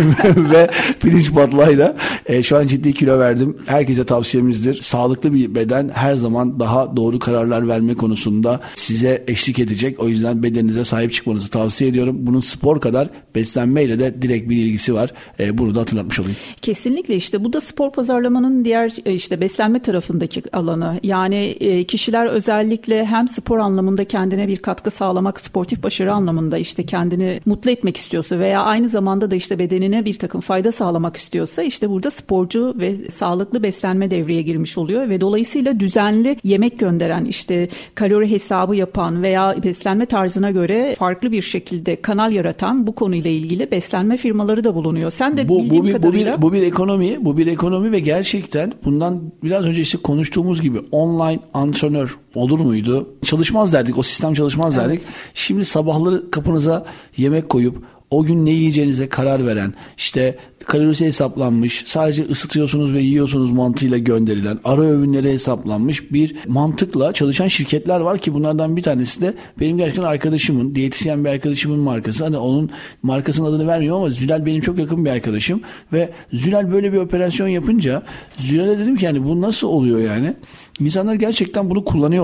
ve pirinç batlayla. Ee, şu an ciddi kilo verdim. Herkese tavsiyemizdir. Sağlıklı bir beden her zaman daha doğru kararlar verme konusunda size eşlik edecek. O yüzden bedeninize sahip çıkmanızı tavsiye ediyorum. Bunun spor kadar beslenmeyle de direkt bir ilgisi var. Ee, bunu da hatırlatmış olayım. Kesinlikle, işte bu da spor pazarlamanın diğer işte beslenme tarafındaki alanı. Yani kişiler özellikle hem spor anlamında kendine bir katkı sağlamak, sportif başarı anlamında işte kendini mutlu etmek istiyorsa veya aynı zamanda da işte bedenine bir takım fayda sağlamak istiyorsa işte burada sporcu ve sağlıklı beslenme devreye girmiş oluyor ve dolayısıyla düzenli yemek gönderen, işte kalori hesabı yapan veya beslenme tarzına göre farklı bir şekilde kanal yaratan bu konuyla ilgili beslenme firmaları da bulunuyor. Sen de bu, bildiğim bu bir, kadarıyla... Bu bir, bu bir ekonomi, bu bir ekonomi ve gerçekten bundan biraz önce işte konuştuğumuz gibi online antrenör olur muydu? Çalışmaz derdik, o sistem çalışmaz derdik. Evet. Şimdi sabahları kapınıza yemek koyup o gün ne yiyeceğinize karar veren, işte kalorisi hesaplanmış, sadece ısıtıyorsunuz ve yiyorsunuz mantığıyla gönderilen, ara öğünleri hesaplanmış bir mantıkla çalışan şirketler var ki bunlardan bir tanesi de benim gerçekten arkadaşımın, diyetisyen bir arkadaşımın markası. Hani onun markasının adını vermiyorum ama Zülal benim çok yakın bir arkadaşım ve Zülal böyle bir operasyon yapınca Zülal'e dedim ki yani bu nasıl oluyor yani? İnsanlar gerçekten bunu kullanıyorlar.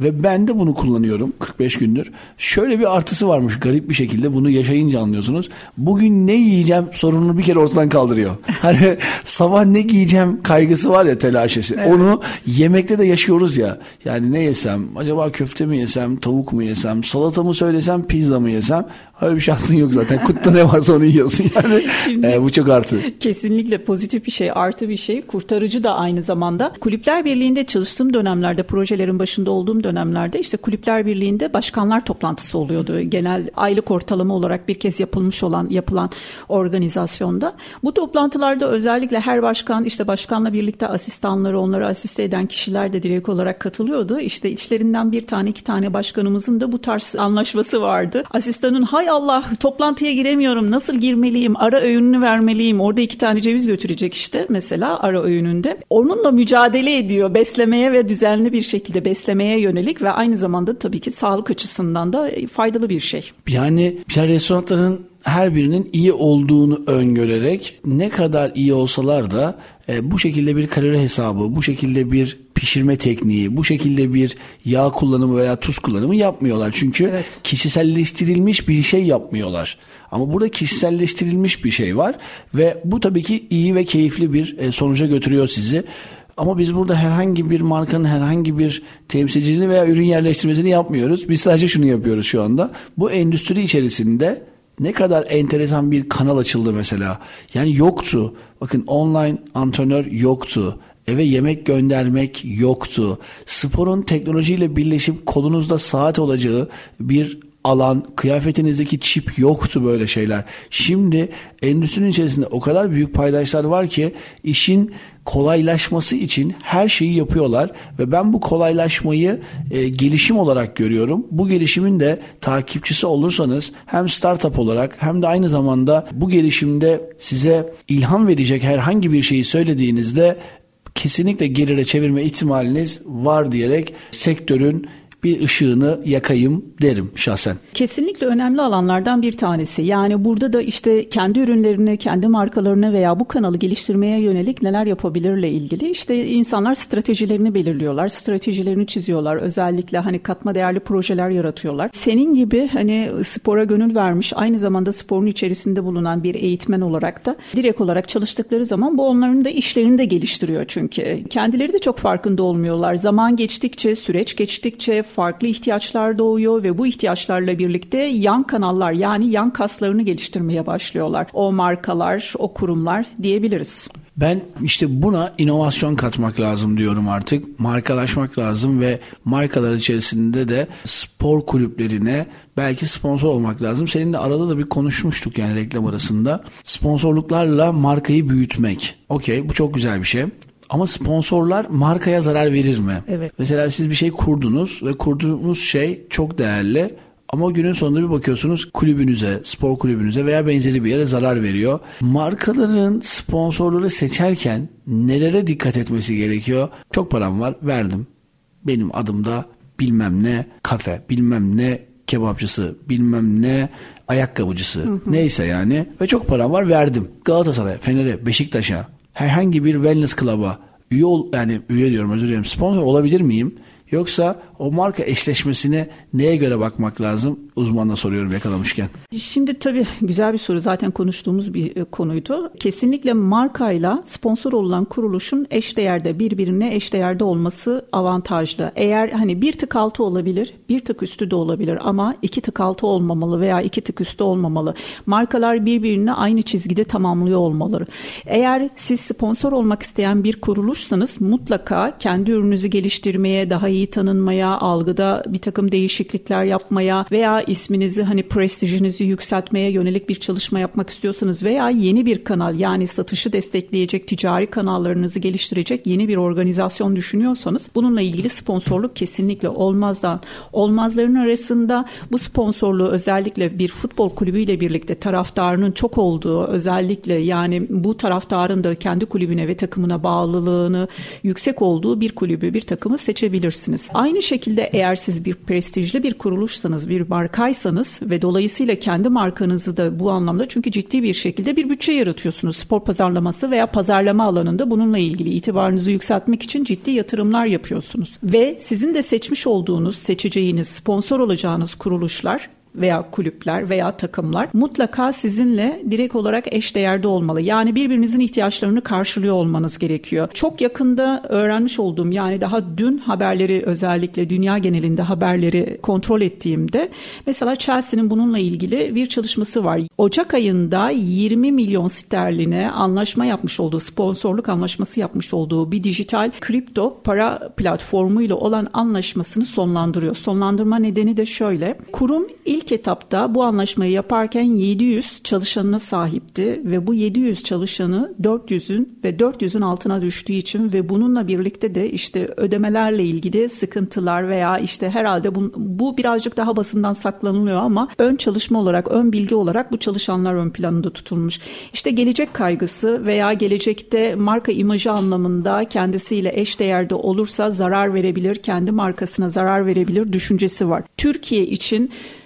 ve ben de bunu kullanıyorum kırk beş gündür. Şöyle bir artısı varmış garip bir şekilde, bunu yaşayınca anlıyorsunuz. Bugün ne yiyeceğim sorununu bir kere ortadan kaldırıyor. Hani sabah ne giyeceğim kaygısı var ya, telaşesi. Evet. Onu yemekte de yaşıyoruz ya. Yani ne yesem? Acaba köfte mi yesem? Tavuk mu yesem? Salata mı söylesem? Pizza mı yesem? Öyle bir şansın yok zaten. Kutta ne varsa onu yiyorsun. Yani Şimdi, e, bu çok artı. Kesinlikle pozitif bir şey, artı bir şey. Kurtarıcı da aynı zamanda. Kulüpler Birliği'nde çalıştığım dönemlerde, projelerin başında olduğum dönemlerde işte Kulüpler Birliği'nde başkanlar toplantısı oluyordu. Genel aylık ortalama olarak bir kez yapılmış olan, yapılan organizasyonda. Bu toplantılarda özellikle her başkan, işte başkanla birlikte asistanları, onları asiste eden kişiler de direkt olarak katılıyordu. İşte içlerinden bir tane iki tane başkanımızın da bu tarz anlaşması vardı. Asistanın hay Allah toplantıya giremiyorum, nasıl girmeliyim, ara öğününü vermeliyim, orada iki tane ceviz götürecek işte mesela ara öğününde. Onunla mücadele ediyor, beslemeye ve düzenli bir şekilde beslemeye yönelik ve aynı zamanda tabii ki sağlık açısından da faydalı bir şey. Yani bir restoranların her birinin iyi olduğunu öngörerek, ne kadar iyi olsalar da e, bu şekilde bir kalori hesabı, bu şekilde bir pişirme tekniği, bu şekilde bir yağ kullanımı veya tuz kullanımı yapmıyorlar. Çünkü evet, kişiselleştirilmiş bir şey yapmıyorlar. Ama burada kişiselleştirilmiş bir şey var ve bu tabii ki iyi ve keyifli bir e, sonuca götürüyor sizi. Ama biz burada herhangi bir markanın herhangi bir temsilciliğini veya ürün yerleştirmesini yapmıyoruz. Biz sadece şunu yapıyoruz şu anda. Bu endüstri içerisinde ne kadar enteresan bir kanal açıldı mesela. Yani yoktu. Bakın online antrenör yoktu. Eve yemek göndermek yoktu. Sporun teknolojiyle birleşip kolunuzda saat olacağı bir alan, kıyafetinizdeki çip yoktu, böyle şeyler. Şimdi endüstrinin içerisinde o kadar büyük paydaşlar var ki işin kolaylaşması için her şeyi yapıyorlar ve ben bu kolaylaşmayı e, gelişim olarak görüyorum. Bu gelişimin de takipçisi olursanız hem startup olarak hem de aynı zamanda bu gelişimde size ilham verecek herhangi bir şeyi söylediğinizde kesinlikle geride çevirme ihtimaliniz var diyerek sektörün bir ışığını yakayım derim şahsen. Kesinlikle önemli alanlardan bir tanesi. Yani burada da işte kendi ürünlerini, kendi markalarını veya bu kanalı geliştirmeye yönelik neler yapabilirle ilgili işte insanlar stratejilerini belirliyorlar, stratejilerini çiziyorlar. Özellikle hani katma değerli projeler yaratıyorlar. Senin gibi hani spora gönül vermiş, aynı zamanda sporun içerisinde bulunan bir eğitmen olarak da direkt olarak çalıştıkları zaman bu onların da işlerini de geliştiriyor çünkü. Kendileri de çok farkında olmuyorlar. Zaman geçtikçe, süreç geçtikçe farklı ihtiyaçlar doğuyor ve bu ihtiyaçlarla birlikte yan kanallar, yani yan kaslarını geliştirmeye başlıyorlar. O markalar, o kurumlar diyebiliriz. Ben işte buna inovasyon katmak lazım diyorum artık. Markalaşmak lazım ve markalar içerisinde de spor kulüplerine belki sponsor olmak lazım. Seninle arada da bir konuşmuştuk yani reklam arasında. Sponsorluklarla markayı büyütmek. Okey, bu çok güzel bir şey. Ama sponsorlar markaya zarar verir mi? Evet. Mesela siz bir şey kurdunuz ve kurduğunuz şey çok değerli ama günün sonunda bir bakıyorsunuz kulübünüze, spor kulübünüze veya benzeri bir yere zarar veriyor. Markaların sponsorları seçerken nelere dikkat etmesi gerekiyor? Çok param var, verdim. Benim adımda bilmem ne kafe, bilmem ne kebapçısı, bilmem ne ayakkabıcısı, hı hı. neyse yani ve çok param var, verdim. Galatasaray'a, Fener'e, Beşiktaş'a, herhangi bir wellness club'a üye ol, yani üye diyorum özür dilerim, sponsor olabilir miyim? Yoksa o marka eşleşmesine neye göre bakmak lazım? Uzmanına soruyorum yakalamışken. Şimdi tabii güzel bir soru. Zaten konuştuğumuz bir konuydu. Kesinlikle markayla sponsor olunan kuruluşun eşdeğerde, birbirine eşdeğerde olması avantajlı. Eğer hani bir tık altı olabilir, bir tık üstü de olabilir ama iki tık altı olmamalı veya iki tık üstü olmamalı. Markalar birbirini aynı çizgide tamamlıyor olmalı. Eğer siz sponsor olmak isteyen bir kuruluşsanız mutlaka kendi ürününüzü geliştirmeye, daha iyi tanınmaya, algıda bir takım değişiklikler yapmaya veya isminizi hani prestijinizi yükseltmeye yönelik bir çalışma yapmak istiyorsanız veya yeni bir kanal, yani satışı destekleyecek ticari kanallarınızı geliştirecek yeni bir organizasyon düşünüyorsanız bununla ilgili sponsorluk kesinlikle olmazdan olmazların arasında. Bu sponsorluğu özellikle bir futbol kulübüyle birlikte taraftarının çok olduğu, özellikle yani bu taraftarın da kendi kulübüne ve takımına bağlılığını yüksek olduğu bir kulübü, bir takımı seçebilirsiniz. yapabilirsiniz. Aynı şekilde eğer siz bir prestijli bir kuruluşsanız, bir markaysanız ve dolayısıyla kendi markanızı da bu anlamda, çünkü ciddi bir şekilde bir bütçe yaratıyorsunuz. Spor pazarlaması veya pazarlama alanında bununla ilgili itibarınızı yükseltmek için ciddi yatırımlar yapıyorsunuz. Ve sizin de seçmiş olduğunuz, seçeceğiniz, sponsor olacağınız kuruluşlar veya kulüpler veya takımlar mutlaka sizinle direkt olarak eşdeğerde olmalı. Yani birbirinizin ihtiyaçlarını karşılıyor olmanız gerekiyor. Çok yakında öğrenmiş olduğum, yani daha dün haberleri, özellikle dünya genelinde haberleri kontrol ettiğimde mesela Chelsea'nin bununla ilgili bir çalışması var. Ocak ayında yirmi milyon sterline anlaşma yapmış olduğu, sponsorluk anlaşması yapmış olduğu bir dijital kripto para platformuyla olan anlaşmasını sonlandırıyor. Sonlandırma nedeni de şöyle. Kurum ilk İlk etapta bu anlaşmayı yaparken yedi yüz çalışanına sahipti ve bu yedi yüz çalışanı dört yüzün ve dört yüzün altına düştüğü için ve bununla birlikte de işte ödemelerle ilgili sıkıntılar veya işte herhalde bu, bu birazcık daha basından saklanılıyor ama ön çalışma olarak, ön bilgi olarak bu çalışanlar ön planında tutulmuş. İşte gelecek kaygısı veya gelecekte marka imajı anlamında kendisiyle eşdeğerde olursa zarar verebilir, kendi markasına zarar verebilir düşüncesi var. Türkiye için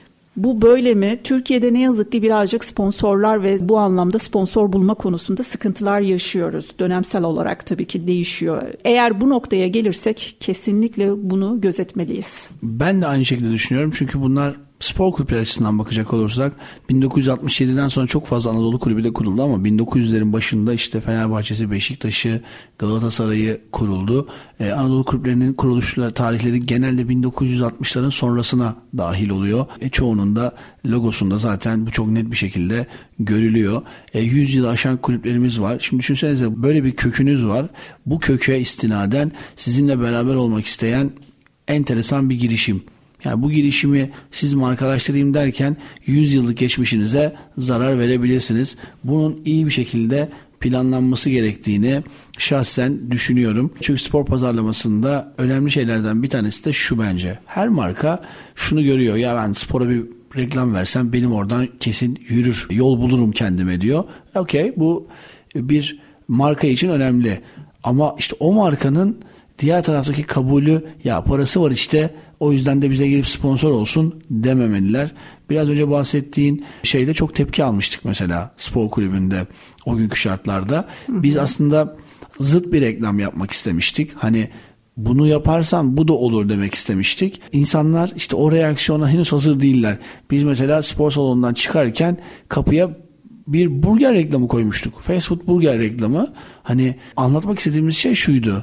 bu böyle mi? Türkiye'de ne yazık ki birazcık sponsorlar ve bu anlamda sponsor bulma konusunda sıkıntılar yaşıyoruz. Dönemsel olarak tabii ki değişiyor. Eğer bu noktaya gelirsek kesinlikle bunu gözetmeliyiz. Ben de aynı şekilde düşünüyorum. Çünkü bunlar spor kulüpleri açısından bakacak olursak bin dokuz yüz altmış yediden sonra çok fazla Anadolu kulübü de kuruldu ama bin dokuz yüzlerin başında işte Fenerbahçe'si, Beşiktaş'ı, Galatasaray'ı kuruldu. Ee, Anadolu kulüplerinin kuruluş tarihleri genelde bin dokuz yüz altmışların sonrasına dahil oluyor. E, çoğunun da logosunda zaten bu çok net bir şekilde görülüyor. E, yüz yılı aşan kulüplerimiz var. Şimdi düşünsenize, böyle bir kökünüz var. Bu köke istinaden sizinle beraber olmak isteyen enteresan bir girişim. Yani bu girişimi siz markalaştırayım derken yüz yıllık geçmişinize zarar verebilirsiniz. Bunun iyi bir şekilde planlanması gerektiğini şahsen düşünüyorum. Çünkü spor pazarlamasında önemli şeylerden bir tanesi de şu bence. Her marka şunu görüyor: ya ben spora bir reklam versem benim oradan kesin yürür, yol bulurum kendime diyor. Okey, bu bir marka için önemli. Ama işte o markanın diğer taraftaki kabulü, ya parası var işte, o yüzden de bize gelip sponsor olsun dememeliler. Biraz önce bahsettiğin şeyde çok tepki almıştık mesela spor kulübünde o günkü şartlarda. Biz aslında zıt bir reklam yapmak istemiştik. Hani bunu yaparsan bu da olur demek istemiştik. İnsanlar işte o reaksiyona henüz hazır değiller. Biz mesela spor salonundan çıkarken kapıya bir burger reklamı koymuştuk. Fast food burger reklamı. Hani anlatmak istediğimiz şey şuydu: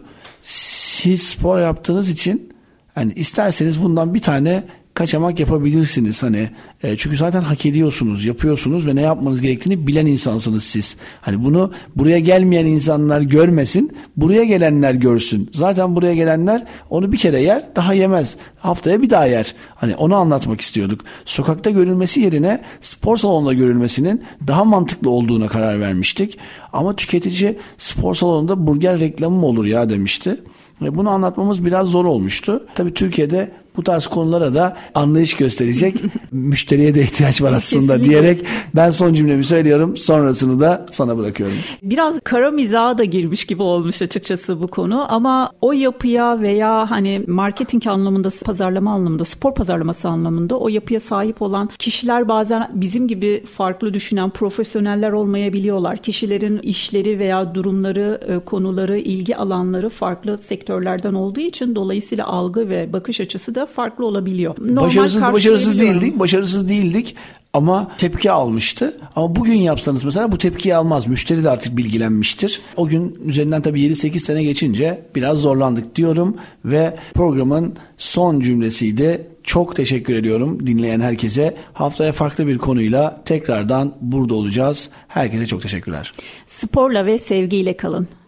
siz spor yaptığınız için hani isterseniz bundan bir tane kaçamak yapabilirsiniz hani. E, çünkü zaten hak ediyorsunuz, yapıyorsunuz ve ne yapmanız gerektiğini bilen insansınız siz. Hani bunu buraya gelmeyen insanlar görmesin, buraya gelenler görsün. Zaten buraya gelenler onu bir kere yer, daha yemez. Haftaya bir daha yer. Hani onu anlatmak istiyorduk. Sokakta görülmesi yerine spor salonunda görülmesinin daha mantıklı olduğuna karar vermiştik. Ama tüketici spor salonunda burger reklamı mı olur ya demişti. Ve bunu anlatmamız biraz zor olmuştu. Tabii Türkiye'de bu tarz konulara da anlayış gösterecek müşteriye de ihtiyaç var aslında. Kesinlikle. Diyerek ben son cümlemi söylüyorum. Sonrasını da sana bırakıyorum. Biraz kara mizaha da girmiş gibi olmuş açıkçası bu konu ama o yapıya veya hani marketing anlamında, pazarlama anlamında, spor pazarlaması anlamında o yapıya sahip olan kişiler bazen bizim gibi farklı düşünen profesyoneller olmayabiliyorlar. Kişilerin işleri veya durumları, konuları, ilgi alanları farklı sektörlerden olduğu için dolayısıyla algı ve bakış açısı da farklı olabiliyor. Normal başarısız başarısız değildik, başarısız değildik ama tepki almıştı. Ama bugün yapsanız mesela bu tepkiyi almaz. Müşteri de artık bilgilenmiştir. O gün üzerinden tabii yedi sekiz sene geçince biraz zorlandık diyorum ve programın son cümlesiydi. Çok teşekkür ediyorum dinleyen herkese. Haftaya farklı bir konuyla tekrardan burada olacağız. Herkese çok teşekkürler. Sporla ve sevgiyle kalın.